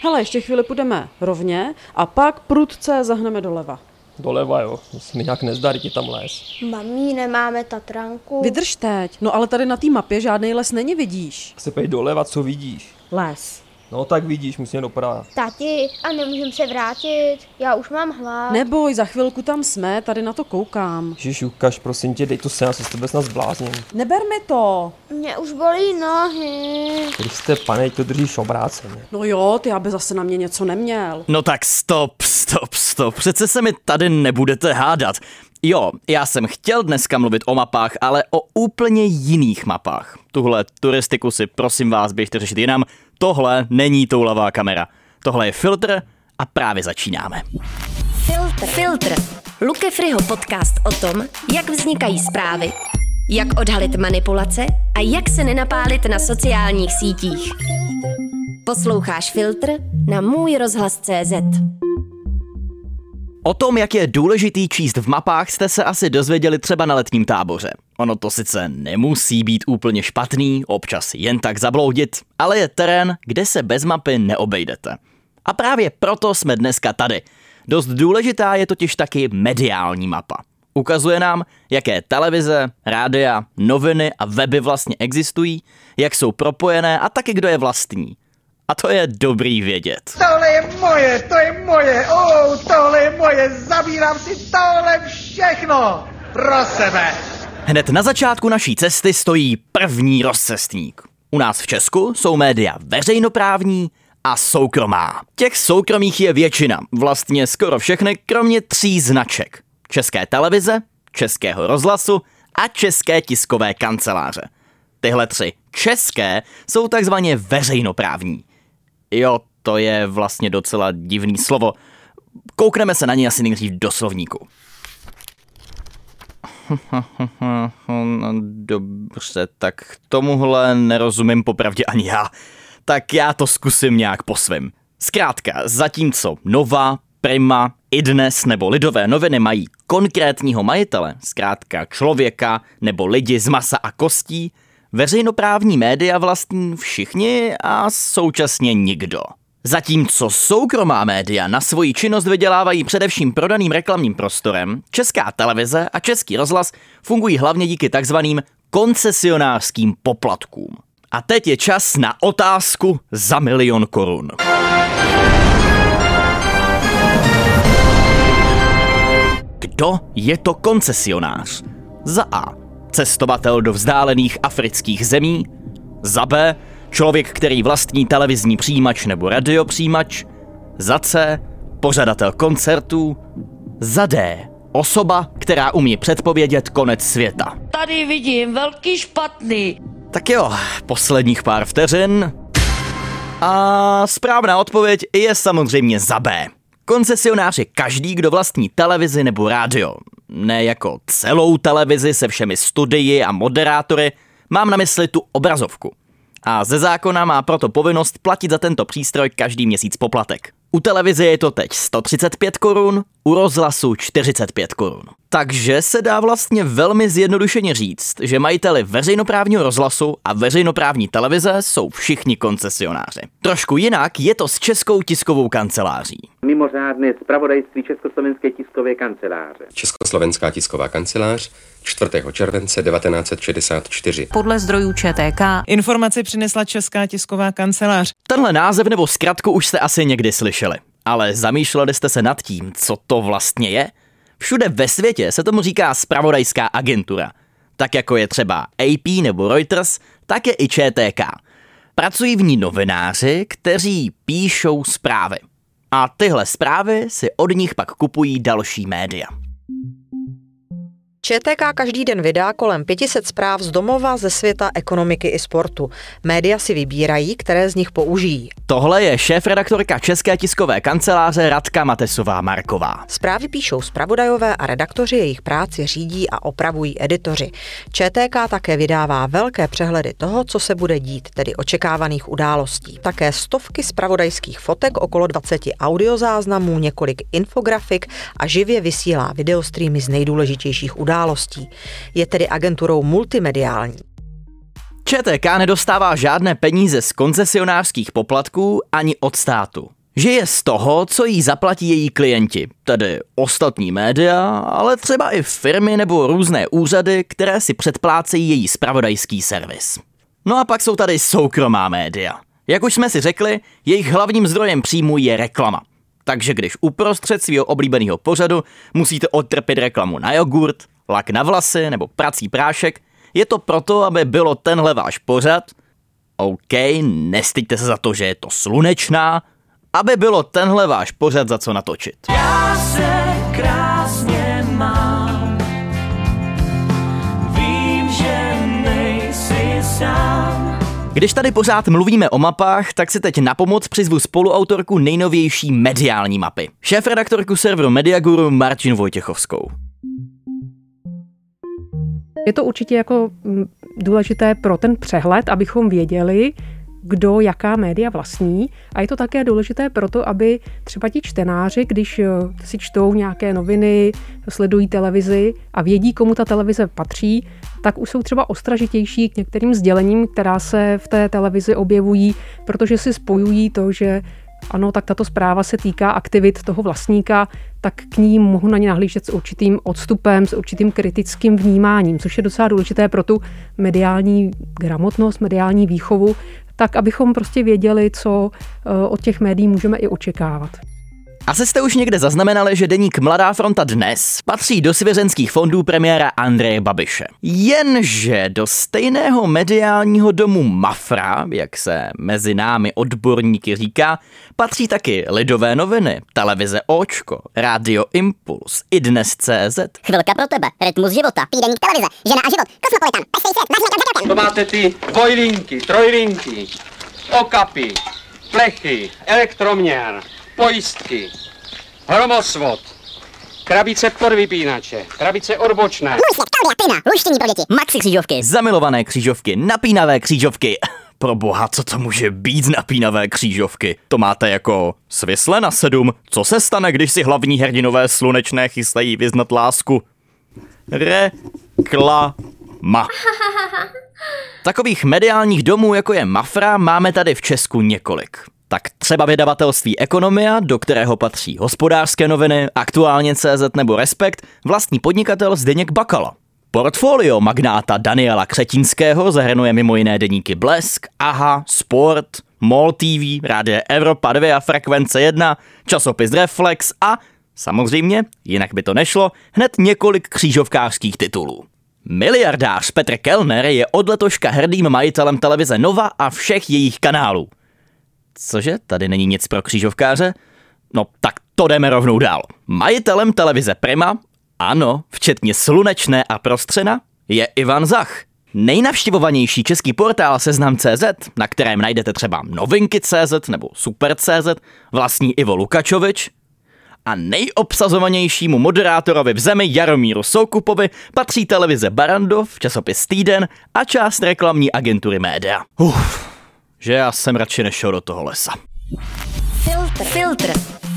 Hele, ještě chvíli půjdeme rovně a pak prudce zahneme doleva. Doleva, jo. Se mi nějak nezdarí ti tam les. Mami, nemáme Tatranku. Vydrž teď. No ale tady na té mapě žádný les není, vidíš. Se pej doleva, co vidíš? Les. No tak vidíš, musíme doprava. Tati, a nemůžeme se vrátit? Já už mám hlad. Neboj, za chvilku tam jsme, tady na to koukám. Ježiš, ukaž, prosím tě, dej to sem, já se s tebe snad zblázním. Neber mi to. Mě už bolí nohy. Když jste, pane, to držíš obráceně. No jo, ty aby zase na mě něco neměl. No tak stop. Přece se mi tady nebudete hádat. Jo, já jsem chtěl dneska mluvit o mapách, ale o úplně jiných mapách. Tuhle turistiku si prosím vás běžte řešit jinam. Tohle není toulavá kamera. Tohle je Filtr a právě začínáme. Filtr. Luke Fryho podcast o tom, jak vznikají zprávy, jak odhalit manipulace a jak se nenapálit na sociálních sítích. Posloucháš Filtr na Můj rozhlas.cz. O tom, jak je důležitý číst v mapách, jste se asi dozvěděli třeba na letním táboře. Ono to sice nemusí být úplně špatný, občas jen tak zabloudit, ale je terén, kde se bez mapy neobejdete. A právě proto jsme dneska tady. Dost důležitá je totiž taky mediální mapa. Ukazuje nám, jaké televize, rádia, noviny a weby vlastně existují, jak jsou propojené a taky kdo je vlastní. A to je dobrý vědět. Tohle je moje, tohle je moje, zabírám si tohle všechno pro sebe. Hned na začátku naší cesty stojí první rozcestník. U nás v Česku jsou média veřejnoprávní a soukromá. Těch soukromých je většina, vlastně skoro všechny, kromě 3 značek. České televize, Českého rozhlasu a České tiskové kanceláře. Tyhle 3 české jsou takzvaně veřejnoprávní. Jo, to je vlastně docela divný slovo. Koukneme se na ně asi nejdřív do slovníku. Dobře, tak tomuhle nerozumím popravdě ani já. Tak já to zkusím nějak po svým. Zkrátka, zatímco Nova, Prima, iDnes nebo Lidové noviny mají konkrétního majitele, zkrátka člověka nebo lidi z masa a kostí, veřejnoprávní média vlastní všichni a současně nikdo. Zatímco soukromá média na svoji činnost vydělávají především prodaným reklamním prostorem, Česká televize a Český rozhlas fungují hlavně díky takzvaným koncesionářským poplatkům. A teď je čas na otázku za 1 000 000 korun. Kdo je to koncesionář? Za A. Cestovatel do vzdálených afrických zemí. Za B. Člověk, který vlastní televizní přijímač nebo radiopřijímač. Za C. Pořadatel koncertů. Za D. Osoba, která umí předpovědět konec světa. Tady vidím velký špatný. Tak jo, posledních pár vteřin. A správná odpověď je samozřejmě za B. Koncesionář je každý, kdo vlastní televizi nebo rádio. Ne jako celou televizi se všemi studii a moderátory, mám na mysli tu obrazovku. A ze zákona má proto povinnost platit za tento přístroj každý měsíc poplatek. U televize je to teď 135 korun, u rozhlasu 45 korun. Takže se dá vlastně velmi zjednodušeně říct, že majiteli veřejnoprávního rozhlasu a veřejnoprávní televize jsou všichni koncesionáři. Trošku jinak je to s Českou tiskovou kanceláří. Mimořádné zpravodajství Československé tiskové kanceláře. Československá tisková kancelář 4. července 1964. Podle zdrojů ČTK informaci přinesla Česká tisková kancelář. Tenhle název nebo zkratku už jste asi někdy slyšeli, ale zamýšleli jste se nad tím, co to vlastně je? Všude ve světě se tomu říká zpravodajská agentura. Tak jako je třeba AP nebo Reuters, tak je i ČTK. Pracují v ní novináři, kteří píšou zprávy. A tyhle zprávy si od nich pak kupují další média. ČTK každý den vydá kolem 500 zpráv z domova, ze světa, ekonomiky i sportu. Média si vybírají, které z nich použijí. Tohle je šéfredaktorka České tiskové kanceláře Radka Matesová-Marková. Zprávy píšou zpravodajové a redaktoři, jejich práci řídí a opravují editoři. ČTK také vydává velké přehledy toho, co se bude dít, tedy očekávaných událostí. Také stovky zpravodajských fotek, okolo 20 audiozáznamů, několik infografik a živě vysílá videostreamy z nejdůležitějších událostí. Je tedy agenturou multimediální. ČTK nedostává žádné peníze z koncesionářských poplatků ani od státu. Žije z toho, co jí zaplatí její klienti, tedy ostatní média, ale třeba i firmy nebo různé úřady, které si předplácejí její zpravodajský servis. No a pak jsou tady soukromá média. Jak už jsme si řekli, jejich hlavním zdrojem příjmu je reklama. Takže když uprostřed svého oblíbeného pořadu musíte odtrpět reklamu na jogurt, lak na vlasy nebo prací prášek, je to proto, aby bylo tenhle váš pořad, OK, nestyďte se za to, že je to Slunečná, aby bylo tenhle váš pořad za co natočit. Já se krásně mám, vím, že nejsi sám. Když tady pořád mluvíme o mapách, tak si teď na pomoc přizvu spoluautorku nejnovější mediální mapy. Šéfredaktorku serveru Mediaguru Martinu Vojtěchovskou. Je to určitě jako důležité pro ten přehled, abychom věděli, kdo jaká média vlastní. A je to také důležité proto, aby třeba ti čtenáři, když si čtou nějaké noviny, sledují televizi a vědí, komu ta televize patří, tak už jsou třeba ostražitější k některým sdělením, která se v té televizi objevují, protože si spojují to, že ano, tak tato zpráva se týká aktivit toho vlastníka, tak k ní mohu na ně nahlížet s určitým odstupem, s určitým kritickým vnímáním, což je docela důležité pro tu mediální gramotnost, mediální výchovu, tak abychom prostě věděli, co od těch médií můžeme i očekávat. Asi jste už někde zaznamenali, že deník Mladá fronta Dnes patří do svěřenských fondů premiéra Andreje Babiše. Jenže do stejného mediálního domu Mafra, jak se mezi námi odborníky říká, patří taky Lidové noviny, televize Očko, Rádio Impuls, iDnes.cz. Chvilka pro tebe, Rytmus života, týdeník televize, Žena a život, Kosmopolitan, Pesný svět, Vážně nad rokem. To máte ty dvojlinky, trojlinky, okapy, plechy, elektroměr, pojistky, hromosvod, krabice podvypínače, krabice odbočné. Můžsvět, kalbia, plyna, luštění pro děti, maxi křížovky. Zamilované křížovky, napínavé křížovky. Pro boha, co to může být napínavé křížovky? To máte jako svisle na 7. Co se stane, když si hlavní hrdinové Slunečné chystají vyznat lásku? Reklama. Takových mediálních domů, jako je Mafra, máme tady v Česku několik. Tak třeba vydavatelství Ekonomia, do kterého patří Hospodářské noviny, Aktuálně.cz nebo Respekt, vlastní podnikatel Zdeněk Bakala. Portfolio magnáta Daniela Křetínského zahrnuje mimo jiné deníky Blesk, Aha, Sport, MOL TV, Rádio Evropa 2 a Frekvence 1, časopis Reflex a samozřejmě, jinak by to nešlo, hned několik křížovkářských titulů. Miliardář Petr Kellner je od letoška hrdým majitelem televize Nova a všech jejich kanálů. Cože, tady není nic pro křížovkáře? No tak to jdeme rovnou dál. Majitelem televize Prima, ano, včetně Slunečné a Prostřena, je Ivan Zach. Nejnavštěvovanější český portál Seznam.cz, na kterém najdete třeba Novinky.cz nebo Super.cz, vlastní Ivo Lukačovič. A nejobsazovanějšímu moderátorovi v zemi Jaromíru Soukupovi patří televize Barrandov, časopis Týden a část reklamní agentury Média. Že já jsem radši nešel do toho lesa. Filtr.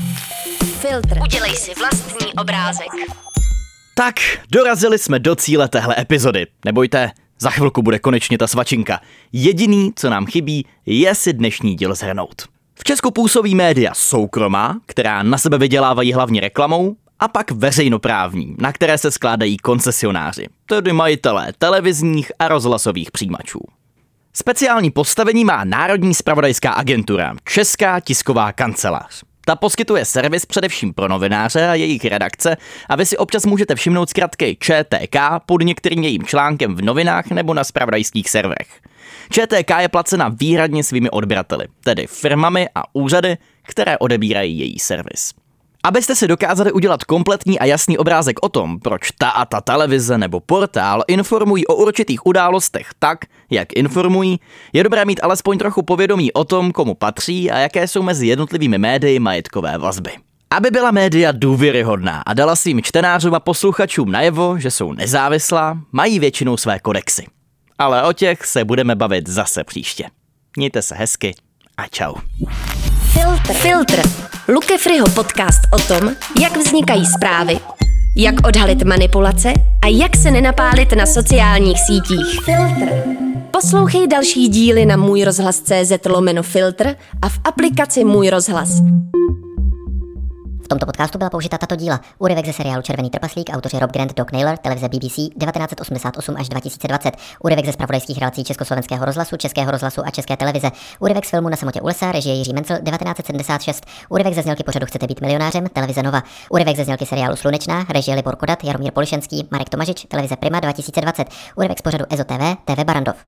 Udělej si vlastní obrázek. Tak, dorazili jsme do cíle téhle epizody. Nebojte, za chvilku bude konečně ta svačinka. Jediný, co nám chybí, je si dnešní díl shrnout. V Česku působí média soukromá, která na sebe vydělávají hlavně reklamou, a pak veřejnoprávní, na které se skládají koncesionáři, tedy majitelé televizních a rozhlasových přijímačů. Speciální postavení má Národní zpravodajská agentura, Česká tisková kancelář. Ta poskytuje servis především pro novináře a jejich redakce a vy si občas můžete všimnout zkratky ČTK pod některým jejím článkem v novinách nebo na zpravodajských serverech. ČTK je placena výhradně svými odběrateli, tedy firmami a úřady, které odebírají její servis. Abyste si dokázali udělat kompletní a jasný obrázek o tom, proč ta a ta televize nebo portál informují o určitých událostech tak, jak informují, je dobré mít alespoň trochu povědomí o tom, komu patří a jaké jsou mezi jednotlivými médii majetkové vazby. Aby byla média důvěryhodná a dala svým čtenářům a posluchačům najevo, že jsou nezávislá, mají většinou své kodexy. Ale o těch se budeme bavit zase příště. Mějte se hezky a čau. Filtr. Luke Friho podcast o tom, jak vznikají zprávy, jak odhalit manipulace a jak se nenapálit na sociálních sítích. Filtr. Poslouchej další díly na Můj rozhlas.cz/filtr a v aplikaci Můj rozhlas. V tomto podcastu byla použita tato díla. Úryvek ze seriálu Červený trpaslík, autoři Rob Grant, Doc Naylor, televize BBC 1988 až 2020. Úryvek ze zpravodajských relací Československého rozhlasu, Českého rozhlasu a České televize. Úryvek z filmu Na samotě u lesa, režie Jiří Mencel 1976. Úryvek ze znělky pořadu Chcete být milionářem, televize Nova. Úryvek ze znělky seriálu Slunečná, režie Libor Kodat, Jaromír Polišenský, Marek Tomažič, televize Prima 2020. Úryvek z pořadu EZO TV, TV Barandov.